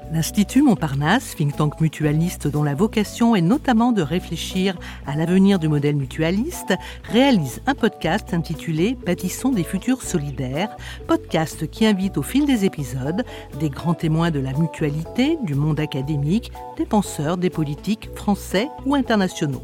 L'Institut Montparnasse, think tank mutualiste dont la vocation est notamment de réfléchir à l'avenir du modèle mutualiste, réalise un podcast intitulé « Bâtissons des futurs solidaires », podcast qui invite au fil des épisodes des grands témoins de la mutualité, du monde académique, des penseurs, des politiques français ou internationaux.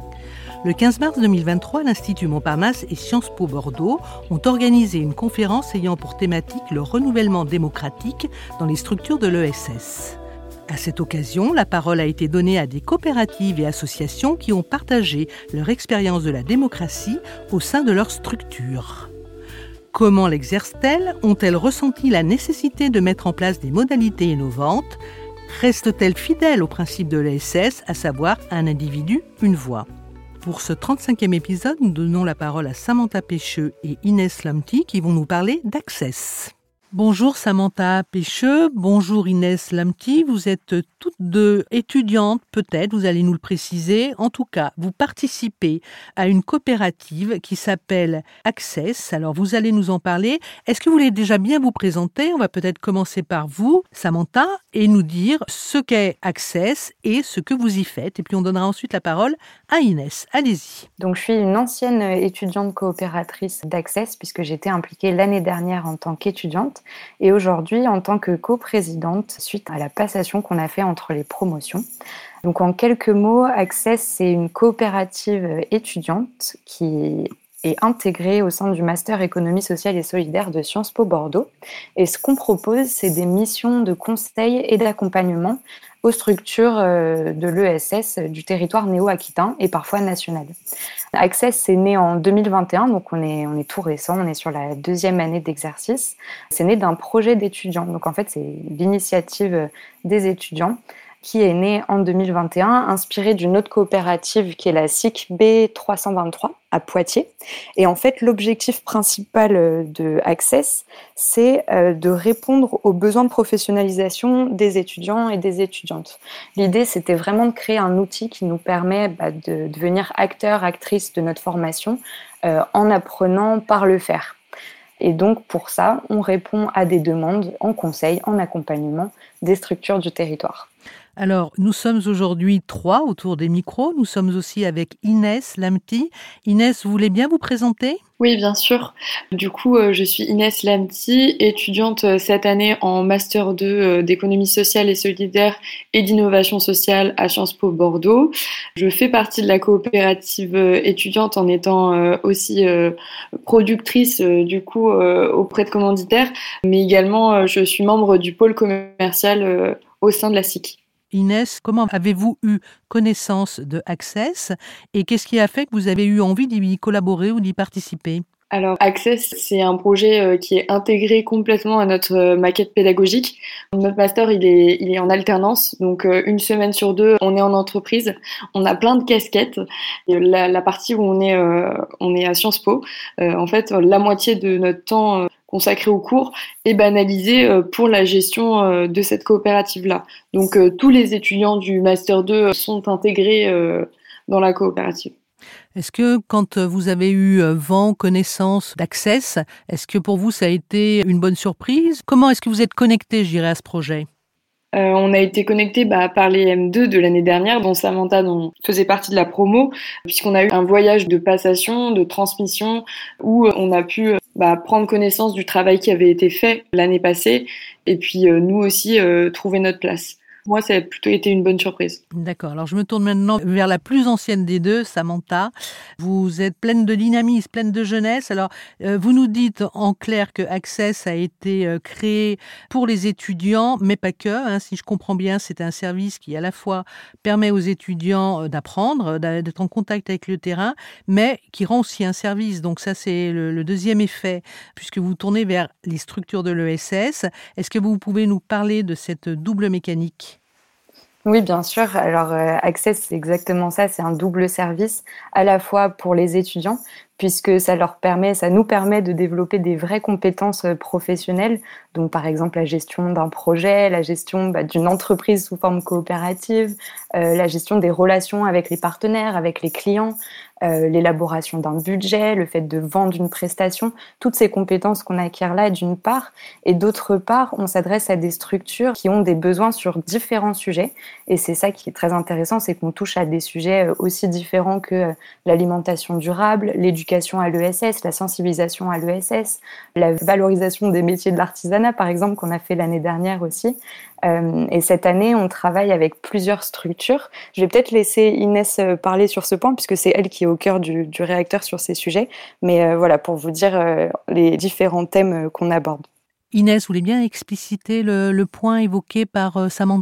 Le 15 mars 2023, l'Institut Montparnasse et Sciences Po Bordeaux ont organisé une conférence ayant pour thématique le renouvellement démocratique dans les structures de l'ESS. À cette occasion, la parole a été donnée à des coopératives et associations qui ont partagé leur expérience de la démocratie au sein de leur structure. Comment l'exercent-elles ? Ont-elles ressenti la nécessité de mettre en place des modalités innovantes ? Restent-elles fidèles au principe de l'ESS, à savoir un individu, une voix ? Pour ce 35e épisode, nous donnons la parole à Samantha Pecheux et Inès Lamty qui vont nous parler d'Access. Bonjour Samantha Pecheux, bonjour Inès Lamty. Vous êtes toutes deux étudiantes, peut-être, vous allez nous le préciser. En tout cas, vous participez à une coopérative qui s'appelle Access. Alors, vous allez nous en parler. Est-ce que vous voulez déjà bien vous présenter ? On va peut-être commencer par vous, Samantha, et nous dire ce qu'est Access et ce que vous y faites. Et puis, on donnera ensuite la parole à Inès. Allez-y. Donc, je suis une ancienne étudiante coopératrice d'Access puisque j'étais impliquée l'année dernière en tant qu'étudiante. Et aujourd'hui, en tant que coprésidente, suite à la passation qu'on a fait entre les promotions. Donc, en quelques mots, Access, c'est une coopérative étudiante qui est intégrée au sein du Master Économie sociale et solidaire de Sciences Po Bordeaux. Et ce qu'on propose, c'est des missions de conseil et d'accompagnement aux structures de l'ESS du territoire néo-aquitain et parfois national. Access, c'est né en 2021, donc on est tout récent, on est sur la 2e année d'exercice. C'est né d'un projet d'étudiants, donc en fait c'est l'initiative des étudiants qui est née en 2021, inspirée d'une autre coopérative qui est la SIC B323 à Poitiers. Et en fait, l'objectif principal de Access, c'est de répondre aux besoins de professionnalisation des étudiants et des étudiantes. L'idée, c'était vraiment de créer un outil qui nous permet de devenir acteurs, actrices de notre formation en apprenant par le faire. Et donc, pour ça, on répond à des demandes en conseil, en accompagnement des structures du territoire. Alors, nous sommes aujourd'hui 3 autour des micros. Nous sommes aussi avec Inès Lamty. Inès, vous voulez bien vous présenter ? Oui, bien sûr. Du coup, je suis Inès Lamty, étudiante cette année en Master 2 d'économie sociale et solidaire et d'innovation sociale à Sciences Po Bordeaux. Je fais partie de la coopérative étudiante en étant aussi productrice auprès de commanditaires, mais également je suis membre du pôle commercial au sein de la SIC. Inès, comment avez-vous eu connaissance de Access et qu'est-ce qui a fait que vous avez eu envie d'y collaborer ou d'y participer ? Alors, Access, c'est un projet qui est intégré complètement à notre maquette pédagogique. Notre master, il est en alternance, donc une semaine sur 2, on est en entreprise. On a plein de casquettes. Et la partie où on est à Sciences Po, en fait, la moitié de notre temps consacré au cours est banalisé pour la gestion de cette coopérative-là. Donc, tous les étudiants du Master 2 sont intégrés dans la coopérative. Est-ce que quand vous avez eu vent, connaissance d'Access, est-ce que pour vous ça a été une bonne surprise ? Comment est-ce que vous êtes connecté, je dirais, à ce projet ? On a été connectés par les M2 de l'année dernière, dont Samantha faisait partie de la promo, puisqu'on a eu un voyage de passation, de transmission, où on a pu prendre connaissance du travail qui avait été fait l'année passée, et puis nous aussi trouver notre place. Moi, ça a plutôt été une bonne surprise. D'accord. Alors, je me tourne maintenant vers la plus ancienne des deux, Samantha. Vous êtes pleine de dynamisme, pleine de jeunesse. Alors, vous nous dites en clair que Access a été créé pour les étudiants, mais pas que. Si je comprends bien, c'est un service qui, à la fois, permet aux étudiants d'apprendre, d'être en contact avec le terrain, mais qui rend aussi un service. Donc, ça, c'est le deuxième effet, puisque vous tournez vers les structures de l'ESS. Est-ce que vous pouvez nous parler de cette double mécanique ? Oui, bien sûr. Alors, Access, c'est exactement ça. C'est un double service, à la fois pour les étudiants, puisque ça nous permet de développer des vraies compétences professionnelles. Donc, par exemple, la gestion d'un projet, la gestion d'une entreprise sous forme coopérative, la gestion des relations avec les partenaires, avec les clients, l'élaboration d'un budget, le fait de vendre une prestation, toutes ces compétences qu'on acquiert là d'une part, et d'autre part, on s'adresse à des structures qui ont des besoins sur différents sujets, et c'est ça qui est très intéressant, c'est qu'on touche à des sujets aussi différents que l'alimentation durable, l'éducation à l'ESS, la sensibilisation à l'ESS, la valorisation des métiers de l'artisanat, par exemple, qu'on a fait l'année dernière aussi. Et cette année, on travaille avec plusieurs structures. Je vais peut-être laisser Inès parler sur ce point, puisque c'est elle qui est au cœur du réacteur sur ces sujets. Mais voilà, pour vous dire les différents thèmes qu'on aborde. Inès, vous voulez bien expliciter le point évoqué par Samantha ?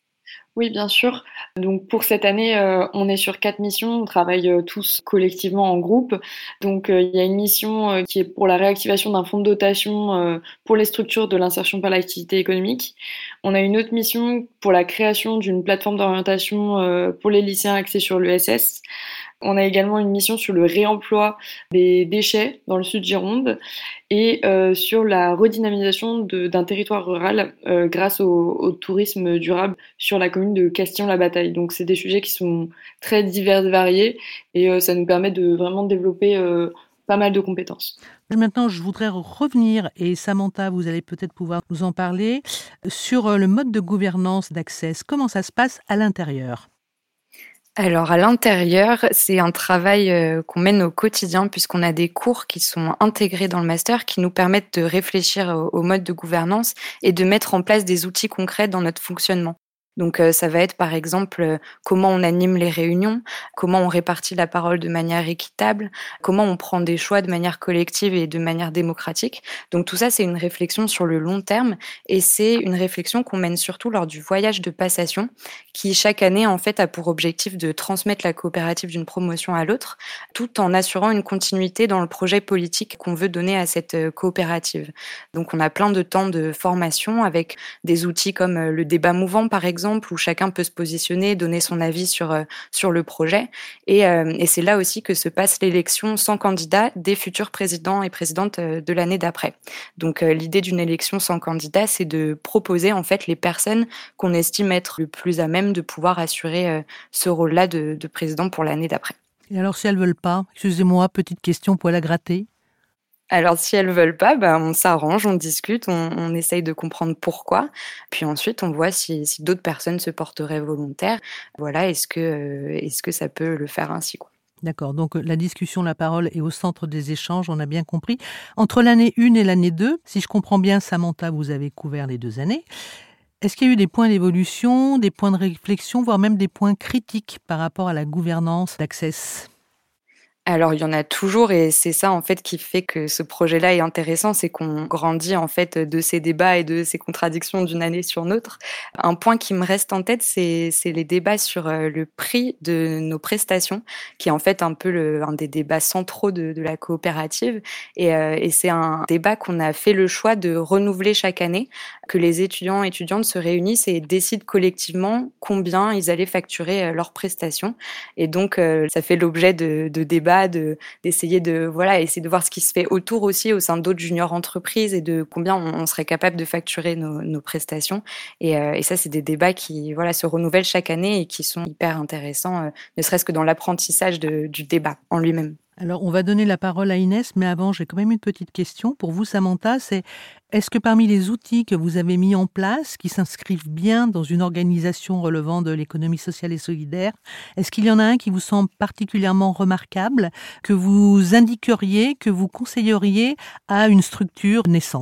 Oui, bien sûr. Donc pour cette année, on est sur 4 missions. On travaille tous collectivement en groupe. Donc il y a une mission qui est pour la réactivation d'un fonds de dotation pour les structures de l'insertion par l'activité économique. On a une autre mission pour la création d'une plateforme d'orientation pour les lycéens axée sur l'ESS. On a également une mission sur le réemploi des déchets dans le sud Gironde et sur la redynamisation d'un territoire rural grâce au tourisme durable sur la commune de Castillon-la-Bataille. Donc c'est des sujets qui sont très divers et variés et ça nous permet de vraiment développer pas mal de compétences. Maintenant, je voudrais revenir, et Samantha, vous allez peut-être pouvoir nous en parler, sur le mode de gouvernance d'Access. Comment ça se passe à l'intérieur ? Alors à l'intérieur, c'est un travail qu'on mène au quotidien puisqu'on a des cours qui sont intégrés dans le master qui nous permettent de réfléchir au mode de gouvernance et de mettre en place des outils concrets dans notre fonctionnement. Donc ça va être par exemple comment on anime les réunions, comment on répartit la parole de manière équitable, comment on prend des choix de manière collective et de manière démocratique. Donc tout ça, c'est une réflexion sur le long terme et c'est une réflexion qu'on mène surtout lors du voyage de passation qui chaque année en fait a pour objectif de transmettre la coopérative d'une promotion à l'autre tout en assurant une continuité dans le projet politique qu'on veut donner à cette coopérative. Donc on a plein de temps de formation avec des outils comme le débat mouvant par exemple, où chacun peut se positionner, donner son avis sur le projet. Et c'est là aussi que se passe l'élection sans candidat des futurs présidents et présidentes de l'année d'après. Donc l'idée d'une élection sans candidat, c'est de proposer en fait les personnes qu'on estime être le plus à même de pouvoir assurer ce rôle-là de président pour l'année d'après. Et alors si elles ne veulent pas, excusez-moi, petite question pour la gratter. Alors, si elles veulent pas, on s'arrange, on discute, on essaye de comprendre pourquoi. Puis ensuite, on voit si d'autres personnes se porteraient volontaires. Voilà, est-ce que ça peut le faire ainsi, quoi. D'accord, donc la discussion, la parole est au centre des échanges, on a bien compris. Entre l'année 1 et l'année 2, si je comprends bien, Samantha, vous avez couvert les 2 années. Est-ce qu'il y a eu des points d'évolution, des points de réflexion, voire même des points critiques par rapport à la gouvernance d'Access ? Alors, il y en a toujours et c'est ça, en fait, qui fait que ce projet-là est intéressant, c'est qu'on grandit, en fait, de ces débats et de ces contradictions d'une année sur l'autre. Un point qui me reste en tête, c'est les débats sur le prix de nos prestations, qui est en fait un peu un des débats centraux de la coopérative. Et c'est un débat qu'on a fait le choix de renouveler chaque année, que les étudiants et étudiantes se réunissent et décident collectivement combien ils allaient facturer leurs prestations. Et donc, ça fait l'objet de débats, d'essayer essayer de voir ce qui se fait autour aussi au sein d'autres juniors entreprises et de combien on serait capable de facturer nos prestations. Et ça, c'est des débats qui se renouvellent chaque année et qui sont hyper intéressants, ne serait-ce que dans l'apprentissage du débat en lui-même. Alors, on va donner la parole à Inès, mais avant, j'ai quand même une petite question pour vous, Samantha. Est-ce que parmi les outils que vous avez mis en place, qui s'inscrivent bien dans une organisation relevant de l'économie sociale et solidaire, est-ce qu'il y en a un qui vous semble particulièrement remarquable, que vous indiqueriez, que vous conseilleriez à une structure naissante ?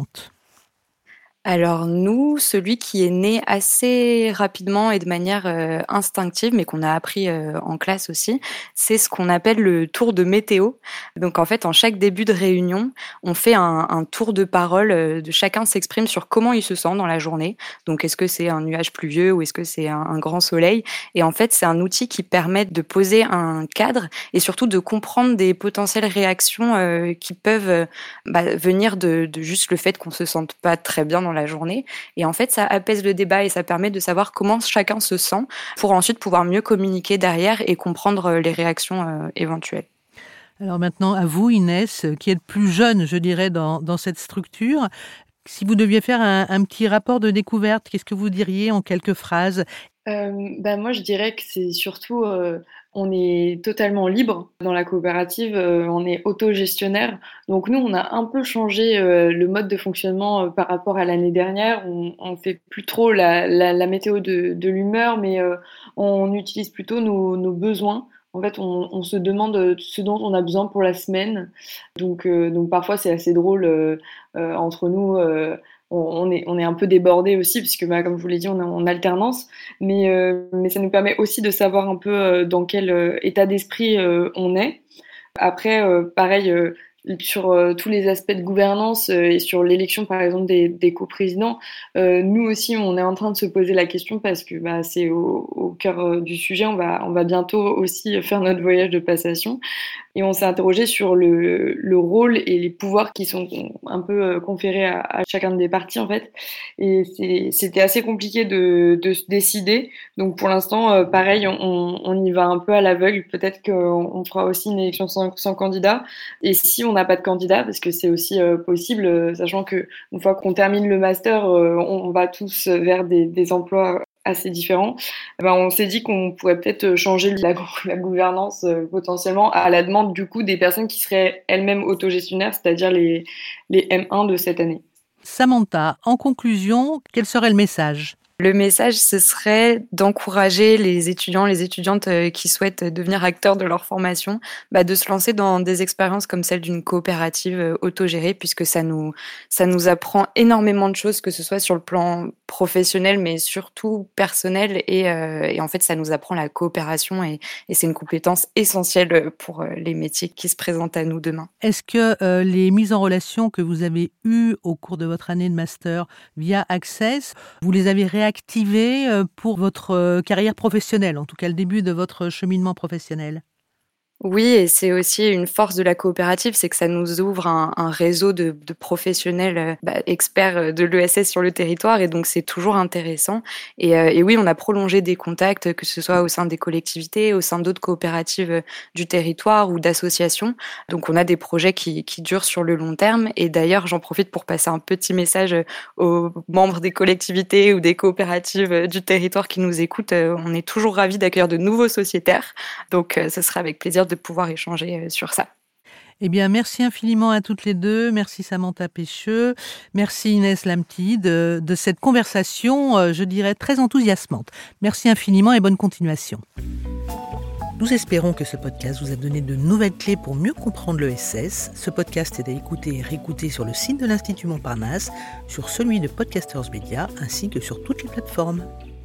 Alors nous, celui qui est né assez rapidement et de manière instinctive, mais qu'on a appris en classe aussi, c'est ce qu'on appelle le tour de météo. Donc en fait, en chaque début de réunion, on fait un tour de parole, de chacun s'exprime sur comment il se sent dans la journée. Donc est-ce que c'est un nuage pluvieux ou est-ce que c'est un grand soleil ? Et en fait, c'est un outil qui permet de poser un cadre et surtout de comprendre des potentielles réactions qui peuvent venir de juste le fait qu'on se sente pas très bien dans la journée. Et en fait, ça apaise le débat et ça permet de savoir comment chacun se sent pour ensuite pouvoir mieux communiquer derrière et comprendre les réactions éventuelles. Alors maintenant, à vous, Inès, qui êtes plus jeune, je dirais, dans cette structure, si vous deviez faire un petit rapport de découverte, qu'est-ce que vous diriez en quelques phrases ? Moi, je dirais que c'est surtout on est totalement libre. Dans la coopérative, on est autogestionnaire. Donc nous, on a un peu changé le mode de fonctionnement par rapport à l'année dernière. On fait plus trop la météo de l'humeur, mais on utilise plutôt nos besoins. En fait, on se demande ce dont on a besoin pour la semaine. Donc parfois, c'est assez drôle entre nous. On est un peu débordés aussi, puisque comme je vous l'ai dit, on est en alternance. Mais ça nous permet aussi de savoir un peu dans quel état d'esprit on est. Après, pareil, sur tous les aspects de gouvernance et sur l'élection, par exemple, des coprésidents, nous aussi, on est en train de se poser la question parce que c'est au cœur du sujet. On va bientôt aussi faire notre voyage de passation. Et on s'est interrogé sur le rôle et les pouvoirs qui sont un peu conférés à chacun des partis, en fait. Et c'était assez compliqué de se décider. Donc, pour l'instant, pareil, on y va un peu à l'aveugle. Peut-être qu'on fera aussi une élection sans candidat. Et si on n'a pas de candidat, parce que c'est aussi possible, sachant que une fois qu'on termine le master, on va tous vers des emplois assez différents, on s'est dit qu'on pourrait peut-être changer la gouvernance potentiellement à la demande du coup des personnes qui seraient elles-mêmes autogestionnaires, c'est-à-dire les M1 de cette année. Samantha, en conclusion, quel serait le message ? Le message, ce serait d'encourager les étudiants, les étudiantes qui souhaitent devenir acteurs de leur formation, de se lancer dans des expériences comme celle d'une coopérative autogérée, puisque ça nous apprend énormément de choses, que ce soit sur le plan professionnel, mais surtout personnel. Et en fait, ça nous apprend la coopération et c'est une compétence essentielle pour les métiers qui se présentent à nous demain. Est-ce que les mises en relation que vous avez eues au cours de votre année de master via Access, vous les avez réactivées pour votre carrière professionnelle, en tout cas le début de votre cheminement professionnel ? Oui, et c'est aussi une force de la coopérative, c'est que ça nous ouvre un réseau de professionnels experts de l'ESS sur le territoire, et donc c'est toujours intéressant. Et oui, on a prolongé des contacts, que ce soit au sein des collectivités, au sein d'autres coopératives du territoire ou d'associations. Donc on a des projets qui durent sur le long terme. Et d'ailleurs, j'en profite pour passer un petit message aux membres des collectivités ou des coopératives du territoire qui nous écoutent. On est toujours ravis d'accueillir de nouveaux sociétaires. Donc ce sera avec plaisir de pouvoir échanger sur ça. Eh bien, merci infiniment à toutes les deux. Merci Samantha Pécheux. Merci Inès Lamti de cette conversation, je dirais, très enthousiasmante. Merci infiniment et bonne continuation. Nous espérons que ce podcast vous a donné de nouvelles clés pour mieux comprendre l'ESS. Ce podcast est à écouter et réécouter sur le site de l'Institut Montparnasse, sur celui de Podcasters Media, ainsi que sur toutes les plateformes.